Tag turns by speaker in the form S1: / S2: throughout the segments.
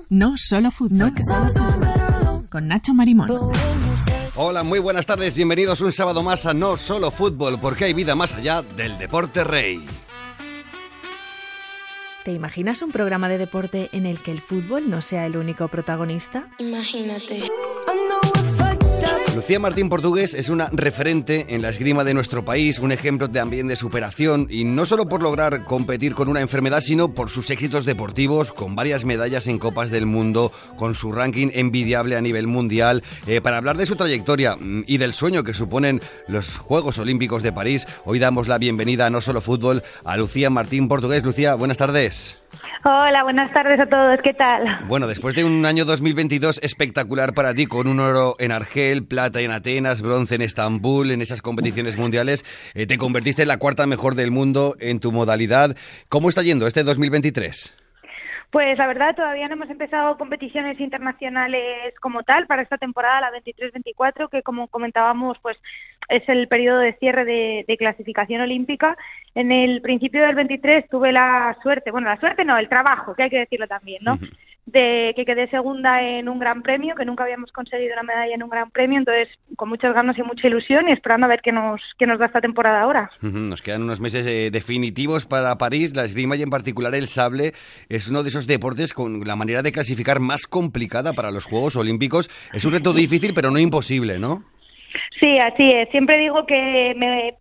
S1: No Solo Fútbol, con Nacho Marimón.
S2: Hola, muy buenas tardes, bienvenidos un sábado más a No Solo Fútbol, porque hay vida más allá del deporte rey.
S3: ¿Te imaginas un programa de deporte en el que el fútbol no sea el único protagonista?
S4: Imagínate.
S2: Lucía Martín Portugués es una referente en la esgrima de nuestro país, un ejemplo también de superación, y no solo por lograr competir con una enfermedad, sino por sus éxitos deportivos, con varias medallas en Copas del Mundo, con su ranking envidiable a nivel mundial. Para hablar de su trayectoria y del sueño que suponen los Juegos Olímpicos de París, hoy damos la bienvenida a No Solo Fútbol a Lucía Martín Portugués. Lucía, buenas tardes.
S5: Hola, buenas tardes a todos, ¿qué tal?
S2: Bueno, después de un año 2022 espectacular para ti, con un oro en Argel, plata en Atenas, bronce en Estambul, en esas competiciones mundiales, te convertiste en la cuarta mejor del mundo en tu modalidad. ¿Cómo está yendo este 2023?
S5: Pues la verdad todavía no hemos empezado competiciones internacionales como tal para esta temporada, la 23-24, que como comentábamos pues es el periodo de cierre de clasificación olímpica. En el principio del 23 tuve la suerte, el trabajo, que hay que decirlo también, ¿no? De que quedé segunda en un gran premio, que nunca habíamos conseguido una medalla en un gran premio, entonces con muchas ganas y mucha ilusión y esperando a ver qué nos da esta temporada ahora.
S2: Nos quedan unos meses definitivos para París. La esgrima y en particular el sable es uno de esos deportes con la manera de clasificar más complicada para los Juegos Olímpicos. Es un reto difícil, pero no imposible, ¿no?
S5: Sí, así es. Siempre digo que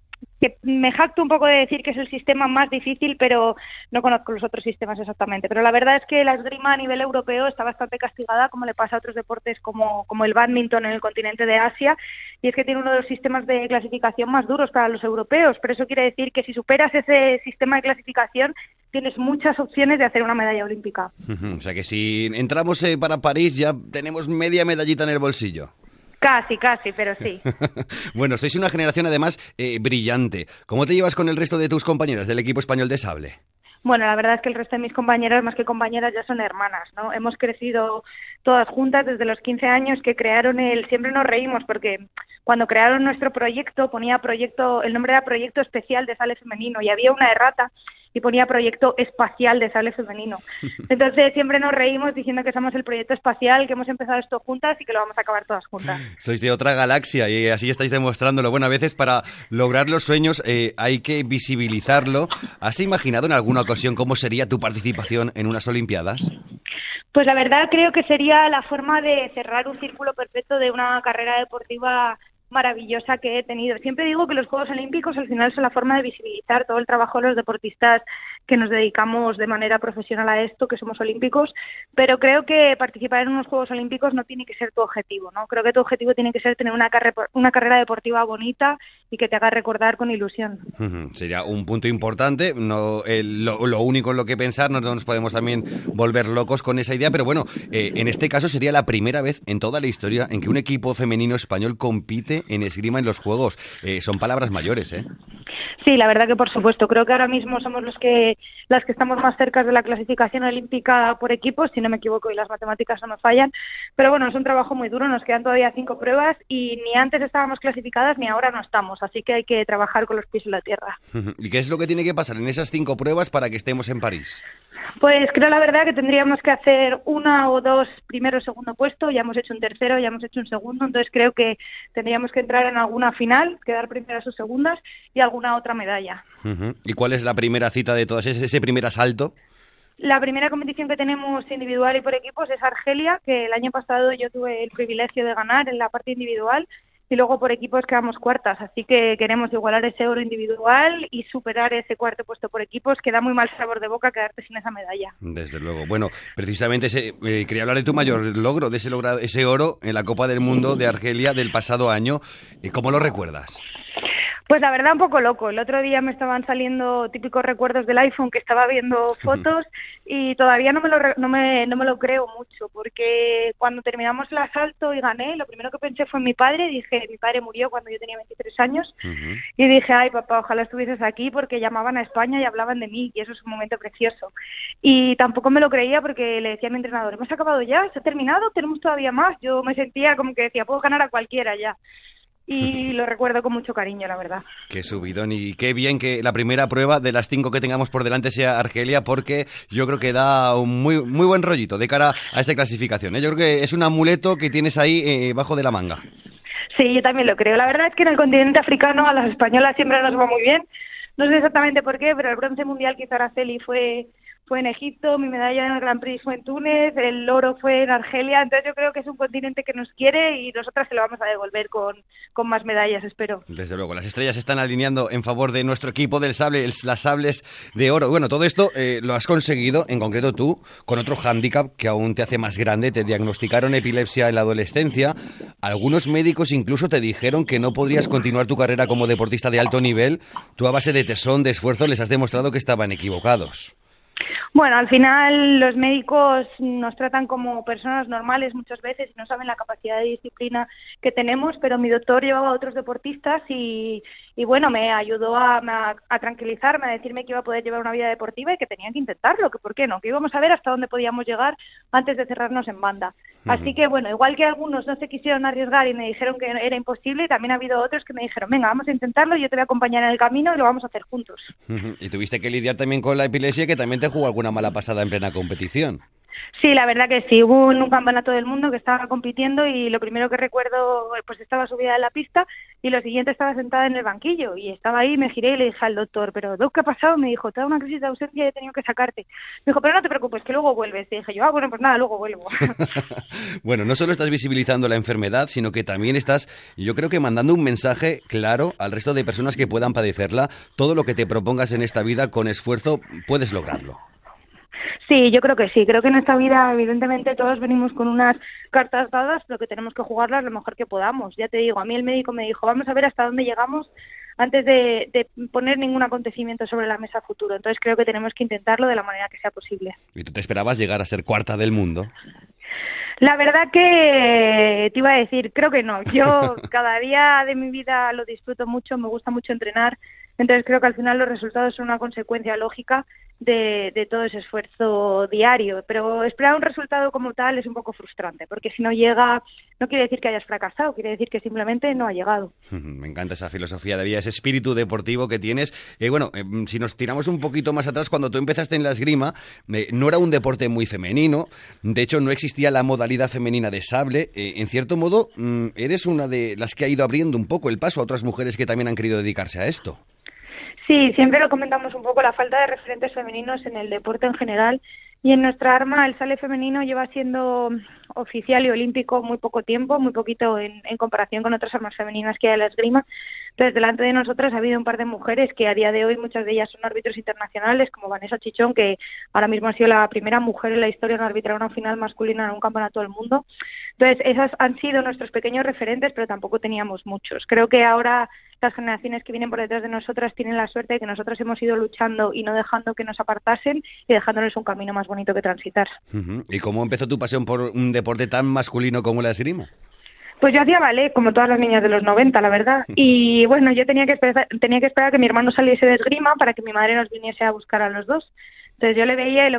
S5: me jacto un poco de decir que es el sistema más difícil, pero no conozco los otros sistemas exactamente. Pero la verdad es que la esgrima a nivel europeo está bastante castigada, como le pasa a otros deportes como el bádminton en el continente de Asia, y es que tiene uno de los sistemas de clasificación más duros para los europeos. Pero eso quiere decir que si superas ese sistema de clasificación, tienes muchas opciones de hacer una medalla olímpica.
S2: O sea que si entramos para París ya tenemos media medallita en el bolsillo.
S5: Casi, pero sí.
S2: Bueno, sois una generación además brillante. ¿Cómo te llevas con el resto de tus compañeras del equipo español de sable?
S5: Bueno, la verdad es que el resto de mis compañeras, más que compañeras, ya son hermanas, ¿no? Hemos crecido todas juntas desde los 15 años que crearon siempre nos reímos porque cuando crearon nuestro proyecto, el nombre era Proyecto Especial de Sable Femenino y había una errata y ponía Proyecto Espacial de Sable Femenino. Entonces siempre nos reímos diciendo que somos el proyecto espacial, que hemos empezado esto juntas y que lo vamos a acabar todas juntas.
S2: Sois de otra galaxia y así estáis demostrándolo. Bueno, a veces para lograr los sueños hay que visibilizarlo. ¿Has imaginado en alguna ocasión cómo sería tu participación en unas Olimpiadas?
S5: Pues la verdad creo que sería la forma de cerrar un círculo perfecto de una carrera deportiva maravillosa que he tenido. Siempre digo que los Juegos Olímpicos al final son la forma de visibilizar todo el trabajo de los deportistas que nos dedicamos de manera profesional a esto, que somos olímpicos, pero creo que participar en unos Juegos Olímpicos no tiene que ser tu objetivo, ¿no? Creo que tu objetivo tiene que ser tener una carrera deportiva bonita y que te haga recordar con ilusión.
S2: Sería un punto importante, no lo único en lo que pensar, no nos podemos también volver locos con esa idea, pero bueno, en este caso sería la primera vez en toda la historia en que un equipo femenino español compite en esgrima en los Juegos. Son palabras mayores, ¿eh?
S5: Sí, la verdad que por supuesto. Creo que ahora mismo somos las que estamos más cerca de la clasificación olímpica por equipos, si no me equivoco y las matemáticas no me fallan. Pero bueno, es un trabajo muy duro, nos quedan todavía 5 pruebas y ni antes estábamos clasificadas ni ahora no estamos, así que hay que trabajar con los pies en la tierra.
S2: ¿Y qué es lo que tiene que pasar en esas 5 pruebas para que estemos en París?
S5: Pues creo la verdad que tendríamos que hacer 1 o 2 primero o segundo puesto, ya hemos hecho un tercero, ya hemos hecho un segundo, entonces creo que tendríamos que entrar en alguna final, quedar primeras o segundas y alguna otra medalla.
S2: ¿Y cuál es la primera cita de todas? ¿Es ese primer asalto?
S5: La primera competición que tenemos individual y por equipos es Argelia, que el año pasado yo tuve el privilegio de ganar en la parte individual. Y luego por equipos quedamos cuartas, así que queremos igualar ese oro individual y superar ese cuarto puesto por equipos, que da muy mal sabor de boca quedarte sin esa medalla.
S2: Desde luego. Bueno, precisamente quería hablar de tu mayor logro, de ese oro en la Copa del Mundo de Argelia del pasado año. ¿Cómo lo recuerdas?
S5: Pues la verdad un poco loco. El otro día me estaban saliendo típicos recuerdos del iPhone que estaba viendo fotos y todavía no me lo creo mucho porque cuando terminamos el asalto y gané, lo primero que pensé fue en mi padre. Dije, mi padre murió cuando yo tenía 23 años y dije, ay papá, ojalá estuvieses aquí porque llamaban a España y hablaban de mí y eso es un momento precioso. Y tampoco me lo creía porque le decía a mi entrenador, ¿hemos acabado ya? ¿Se ha terminado? ¿Tenemos todavía más? Yo me sentía como que decía, puedo ganar a cualquiera ya. y lo recuerdo con mucho cariño, la verdad.
S2: Qué subidón y qué bien que la primera prueba de las 5 que tengamos por delante sea Argelia, porque yo creo que da un muy buen rollito de cara a esa clasificación, ¿eh? Yo creo que es un amuleto que tienes ahí bajo de la manga.
S5: Sí, yo también lo creo. La verdad es que en el continente africano a las españolas siempre nos va muy bien. No sé exactamente por qué, pero el bronce mundial que hizo Araceli fue en Egipto, mi medalla en el Grand Prix fue en Túnez, el oro fue en Argelia, entonces yo creo que es un continente que nos quiere y nosotras se lo vamos a devolver con más medallas, espero.
S2: Desde luego, las estrellas se están alineando en favor de nuestro equipo del sable, las sables de oro. Bueno, todo esto lo has conseguido, en concreto tú, con otro hándicap que aún te hace más grande. Te diagnosticaron epilepsia en la adolescencia. Algunos médicos incluso te dijeron que no podrías continuar tu carrera como deportista de alto nivel. Tú, a base de tesón, de esfuerzo, les has demostrado que estaban equivocados.
S5: Bueno, al final los médicos nos tratan como personas normales muchas veces y no saben la capacidad de disciplina que tenemos, pero mi doctor llevaba a otros deportistas y bueno, me ayudó a tranquilizarme, a decirme que iba a poder llevar una vida deportiva y que tenían que intentarlo, que por qué no, que íbamos a ver hasta dónde podíamos llegar antes de cerrarnos en banda. Así que bueno, igual que algunos no se quisieron arriesgar y me dijeron que era imposible, también ha habido otros que me dijeron, venga, vamos a intentarlo, yo te voy a acompañar en el camino y lo vamos a hacer juntos.
S2: Y tuviste que lidiar también con la epilepsia, que también te jugó alguna mala pasada en plena competición.
S5: Sí, la verdad que sí. Hubo un campeonato del mundo que estaba compitiendo y lo primero que recuerdo, pues estaba subida en la pista y lo siguiente estaba sentada en el banquillo y estaba ahí, me giré y le dije al doctor, pero Doc, ¿qué ha pasado? Me dijo, te da una crisis de ausencia y he tenido que sacarte. Me dijo, pero no te preocupes, que luego vuelves. Y dije yo, bueno, pues nada, luego vuelvo.
S2: Bueno, no solo estás visibilizando la enfermedad, sino que también estás, yo creo que mandando un mensaje claro al resto de personas que puedan padecerla. Todo lo que te propongas en esta vida con esfuerzo puedes lograrlo.
S5: Sí, yo creo que sí. Creo que en esta vida, evidentemente, todos venimos con unas cartas dadas, pero que tenemos que jugarlas lo mejor que podamos. Ya te digo, a mí el médico me dijo, vamos a ver hasta dónde llegamos antes de poner ningún acontecimiento sobre la mesa futuro. Entonces creo que tenemos que intentarlo de la manera que sea posible.
S2: ¿Y tú te esperabas llegar a ser cuarta del mundo?
S5: La verdad que te iba a decir, creo que no. Yo cada día de mi vida lo disfruto mucho, me gusta mucho entrenar. Entonces creo que al final los resultados son una consecuencia lógica de todo ese esfuerzo diario, pero esperar un resultado como tal es un poco frustrante, porque si no llega, no quiere decir que hayas fracasado, quiere decir que simplemente no ha llegado.
S2: Me encanta esa filosofía de vida, ese espíritu deportivo que tienes. Si nos tiramos un poquito más atrás, cuando tú empezaste en la esgrima, no era un deporte muy femenino, de hecho no existía la modalidad femenina de sable. En cierto modo, eres una de las que ha ido abriendo un poco el paso a otras mujeres que también han querido dedicarse a esto.
S5: Sí, siempre lo comentamos un poco, la falta de referentes femeninos en el deporte en general, y en nuestra arma el sable femenino lleva siendo oficial y olímpico muy poco tiempo, muy poquito en comparación con otras armas femeninas que hay en la esgrima. Entonces, delante de nosotras ha habido un par de mujeres que a día de hoy muchas de ellas son árbitros internacionales, como Vanessa Chichón, que ahora mismo ha sido la primera mujer en la historia en arbitrar una final masculina en un campeonato del mundo. Entonces, esas han sido nuestros pequeños referentes, pero tampoco teníamos muchos. Creo que ahora las generaciones que vienen por detrás de nosotras tienen la suerte de que nosotros hemos ido luchando y no dejando que nos apartasen y dejándoles un camino más bonito que transitar.
S2: ¿Y cómo empezó tu pasión por un deporte tan masculino como la esgrima?
S5: Pues yo hacía ballet, como todas las niñas de los 90, la verdad. Y bueno, yo tenía que esperar a que mi hermano saliese de esgrima para que mi madre nos viniese a buscar a los dos. Entonces yo le veía y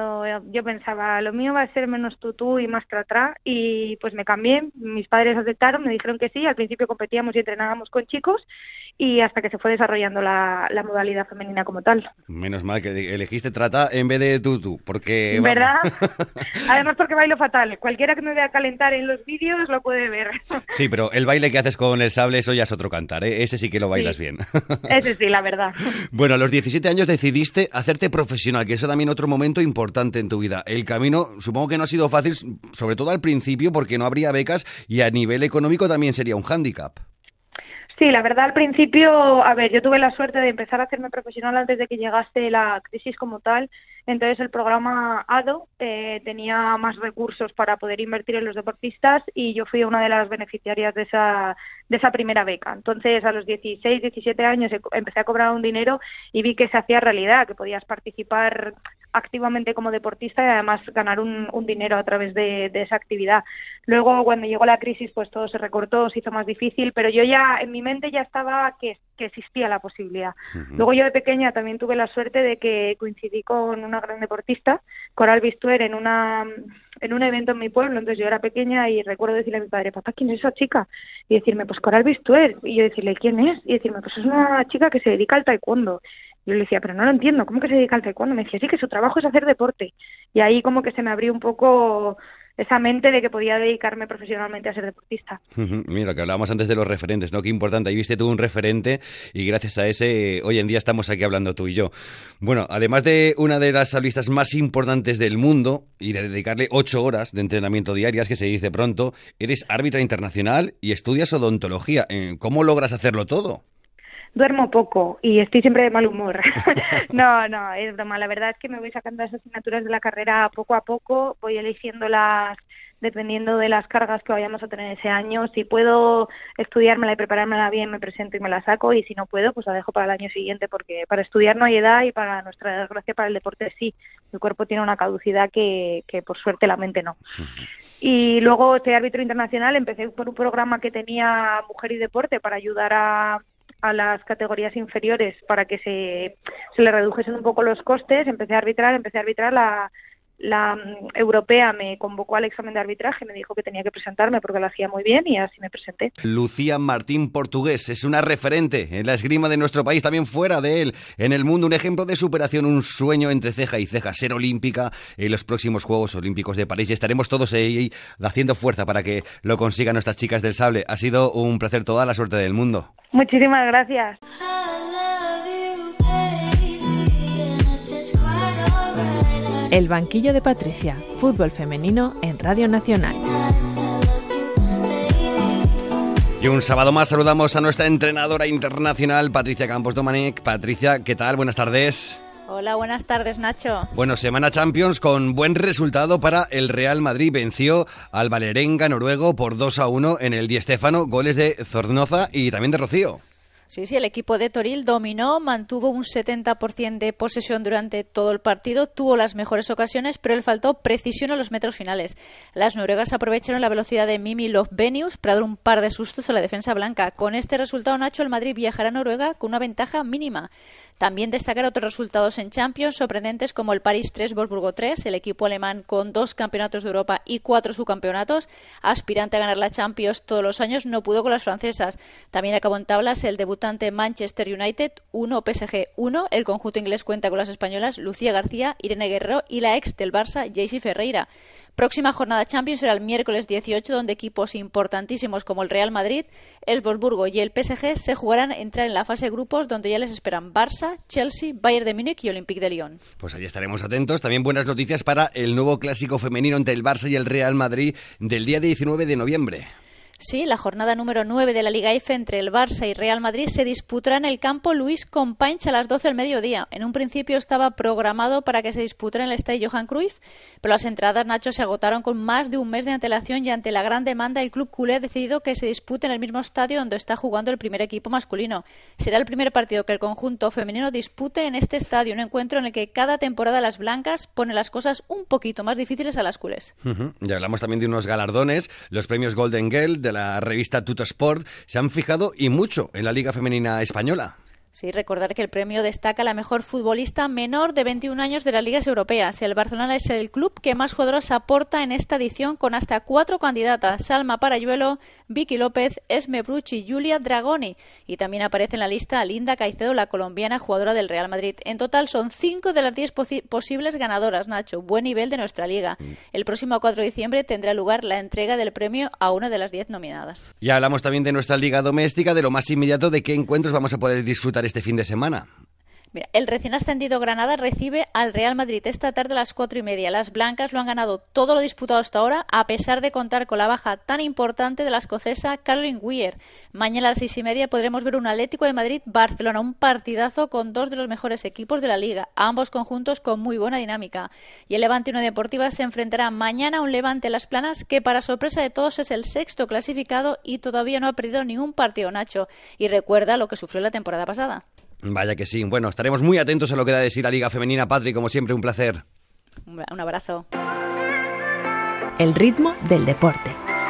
S5: yo pensaba, lo mío va a ser menos tutú y más tra-tra, y pues me cambié, mis padres aceptaron, me dijeron que sí, al principio competíamos y entrenábamos con chicos, y hasta que se fue desarrollando la modalidad femenina como tal.
S2: Menos mal que elegiste trata en vez de tutú, porque...
S5: ¿Verdad? Además porque bailo fatal, cualquiera que me vea calentar en los vídeos lo puede ver.
S2: Sí, pero el baile que haces con el sable, eso ya es otro cantar, ¿eh? Ese sí que lo bailas bien.
S5: Ese sí, la verdad.
S2: Bueno, a los 17 años decidiste hacerte profesional, que es también otro momento importante en tu vida. El camino, supongo que no ha sido fácil, sobre todo al principio, porque no habría becas y a nivel económico también sería un hándicap.
S5: Sí, la verdad, al principio, yo tuve la suerte de empezar a hacerme profesional antes de que llegase la crisis como tal. Entonces el programa ADO tenía más recursos para poder invertir en los deportistas y yo fui una de las beneficiarias de esa primera beca. Entonces a los 16, 17 años empecé a cobrar un dinero y vi que se hacía realidad, que podías participar activamente como deportista y además ganar un dinero a través de esa actividad. Luego, cuando llegó la crisis, pues todo se recortó, se hizo más difícil, pero yo ya, en mi mente ya estaba que existía la posibilidad. Luego yo de pequeña también tuve la suerte de que coincidí con una gran deportista, Coral Bistuer, en un evento en mi pueblo. Entonces yo era pequeña y recuerdo decirle a mi padre, papá, ¿quién es esa chica? Y decirme, pues Coral Bistuer. Y yo decirle, ¿quién es? Y decirme, pues es una chica que se dedica al taekwondo. Y yo le decía, pero no lo entiendo, ¿cómo que se dedica al taekwondo? Me decía, sí, que su trabajo es hacer deporte. Y ahí como que se me abrió un poco esa mente de que podía dedicarme profesionalmente a ser deportista.
S2: Mira, que hablábamos antes de los referentes, ¿no? Qué importante, ahí viste tú un referente y gracias a ese hoy en día estamos aquí hablando tú y yo. Bueno, además de una de las sablistas más importantes del mundo y de dedicarle 8 horas de entrenamiento diarias, que se dice pronto, eres árbitra internacional y estudias odontología. ¿Cómo logras hacerlo todo?
S5: Duermo poco y estoy siempre de mal humor. No, es broma. La verdad es que me voy sacando las asignaturas de la carrera poco a poco, voy eligiéndolas dependiendo de las cargas que vayamos a tener ese año. Si puedo estudiármela y preparármela bien, me presento y me la saco, y si no puedo, pues la dejo para el año siguiente, porque para estudiar no hay edad y para nuestra desgracia para el deporte sí. El cuerpo tiene una caducidad que por suerte la mente no. Y luego soy árbitro internacional, empecé por un programa que tenía Mujer y Deporte para ayudar a las categorías inferiores para que se le redujesen un poco los costes. Empecé a arbitrar la europea me convocó al examen de arbitraje, me dijo que tenía que presentarme porque lo hacía muy bien y así me presenté.
S2: Lucía Martín Portugués es una referente en la esgrima de nuestro país, también fuera de él, en el mundo, un ejemplo de superación, un sueño entre ceja y ceja, ser olímpica en los próximos Juegos Olímpicos de París, y estaremos todos ahí haciendo fuerza para que lo consigan nuestras chicas del sable. Ha sido un placer, toda la suerte del mundo.
S5: Muchísimas gracias.
S3: El banquillo de Patricia, fútbol femenino en Radio Nacional.
S2: Y un sábado más saludamos a nuestra entrenadora internacional, Patricia Campos Domènech. Patricia, ¿qué tal? Buenas tardes.
S4: Hola, buenas tardes, Nacho.
S2: Bueno, semana Champions con buen resultado para el Real Madrid. Venció al Vålerenga noruego por 2-1 en el Di Stéfano, goles de Zornoza y también de Rocío.
S4: Sí, el equipo de Toril dominó, mantuvo un 70% de posesión durante todo el partido, tuvo las mejores ocasiones, pero le faltó precisión a los metros finales. Las noruegas aprovecharon la velocidad de Mimi Lovbenius para dar un par de sustos a la defensa blanca. Con este resultado, Nacho, el Madrid viajará a Noruega con una ventaja mínima. También destacar otros resultados en Champions sorprendentes como el París 3, Wolfsburgo 3, el equipo alemán con 2 campeonatos de Europa y 4 subcampeonatos, aspirante a ganar la Champions todos los años, no pudo con las francesas. También acabó en tablas el debutante Manchester United 1, PSG 1, el conjunto inglés cuenta con las españolas Lucía García, Irene Guerrero y la ex del Barça, Jaycee Ferreira. Próxima jornada Champions será el miércoles 18, donde equipos importantísimos como el Real Madrid, el Wolfsburgo y el PSG se jugarán a entrar en la fase de grupos, donde ya les esperan Barça, Chelsea, Bayern de Múnich y Olympique de Lyon.
S2: Pues ahí estaremos atentos. También buenas noticias para el nuevo clásico femenino entre el Barça y el Real Madrid del día 19 de noviembre.
S4: Sí, la jornada número 9 de la Liga F entre el Barça y Real Madrid se disputará en el campo Luis Companys a las 12 del mediodía. En un principio estaba programado para que se disputara en el estadio Johan Cruyff, pero las entradas, Nacho, se agotaron con más de un mes de antelación y ante la gran demanda el club culé ha decidido que se dispute en el mismo estadio donde está jugando el primer equipo masculino. Será el primer partido que el conjunto femenino dispute en este estadio, un encuentro en el que cada temporada las blancas pone las cosas un poquito más difíciles a las culés.
S2: Ya hablamos también de unos galardones, los premios Golden Girl de la revista Tuttosport se han fijado y mucho en la Liga Femenina Española.
S4: Sí, recordar que el premio destaca a la mejor futbolista menor de 21 años de las ligas europeas. El Barcelona es el club que más jugadoras aporta en esta edición, con hasta 4 candidatas: Salma Parayuelo, Vicky López, Esme Bruch y Julia Dragoni. Y también aparece en la lista Linda Caicedo, la colombiana jugadora del Real Madrid. En total son 5 de las 10 posibles ganadoras, Nacho. Buen nivel de nuestra liga. El próximo 4 de diciembre tendrá lugar la entrega del premio a una de las 10 nominadas.
S2: Y hablamos también de nuestra liga doméstica, de lo más inmediato, de qué encuentros vamos a poder disfrutar este fin de semana.
S4: Mira, el recién ascendido Granada recibe al Real Madrid esta tarde a las 4:30. Las blancas lo han ganado todo lo disputado hasta ahora, a pesar de contar con la baja tan importante de la escocesa Caroline Weir. Mañana a las 6:30 podremos ver un Atlético de Madrid-Barcelona, un partidazo con 2 de los mejores equipos de la Liga, ambos conjuntos con muy buena dinámica. Y el Levante Unión Deportiva se enfrentará mañana a un Levante Las Planas que, para sorpresa de todos, es el 6º clasificado y todavía no ha perdido ningún partido, Nacho. Y recuerda lo que sufrió la temporada pasada.
S2: Vaya que sí. Bueno, estaremos muy atentos a lo que da de sí la Liga Femenina. Patri, como siempre, un placer.
S4: Un abrazo.
S3: El ritmo del deporte.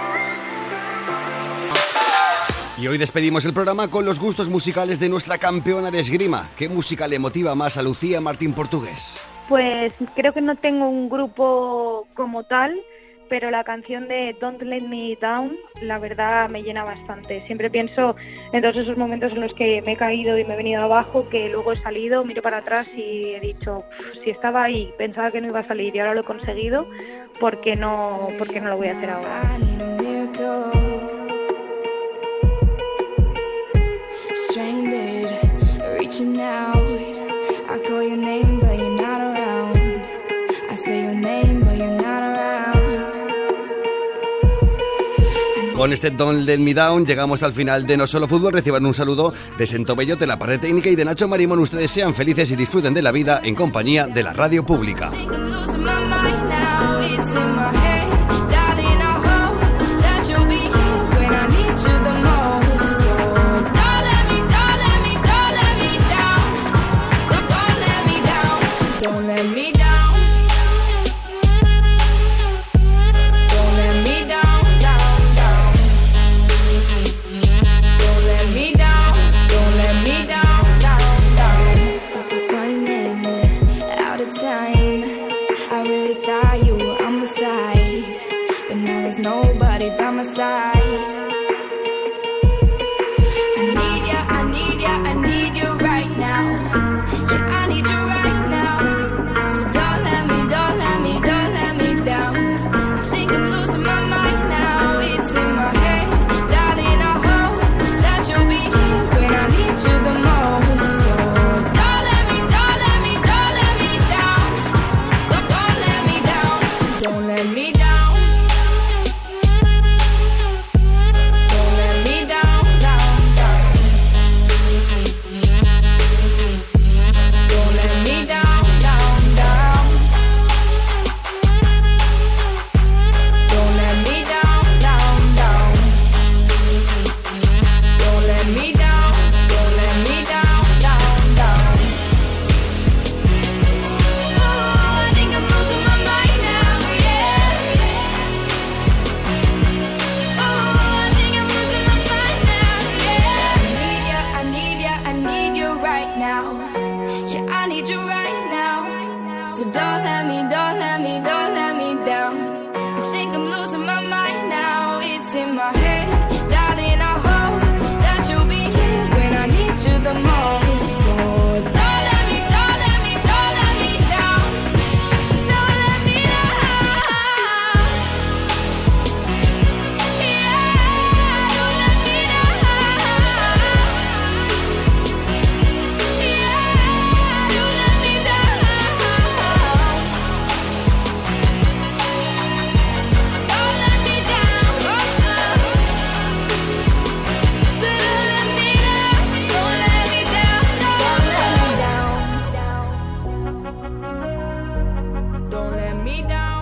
S2: Y hoy despedimos el programa con los gustos musicales de nuestra campeona de esgrima. ¿Qué música le motiva más a Lucía Martín Portugués?
S5: Pues creo que no tengo un grupo como tal, pero la canción de Don't Let Me Down, la verdad, me llena bastante. Siempre pienso en todos esos momentos en los que me he caído y me he venido abajo, que luego he salido, miro para atrás y he dicho, si estaba ahí, pensaba que no iba a salir y ahora lo he conseguido, ¿por qué no lo voy a hacer ahora?
S6: Stranded, reaching out. I call your name, but you're not around. I say your name, but you're not around.
S2: Con este Don't Let Me Down llegamos al final de No Solo Fútbol. Reciban un saludo de Sento Bellote, la parte técnica, y de Nacho Marimón. Ustedes sean felices y disfruten de la vida en compañía de la radio pública.
S6: Nobody by my side. I need you right now. Yeah, I need you right now. So don't let me down. I think I'm losing my mind now. It's in my head, darling. I hope that you'll be here when I need you the most. So don't let me down. Don't let me down. Don't let me down. In my head, darling, I hope that you'll be here when I need you the most. So don't let me down. Don't let me down. Yeah, don't let me down. Yeah, don't let me down. Don't let me down. Don't let me down.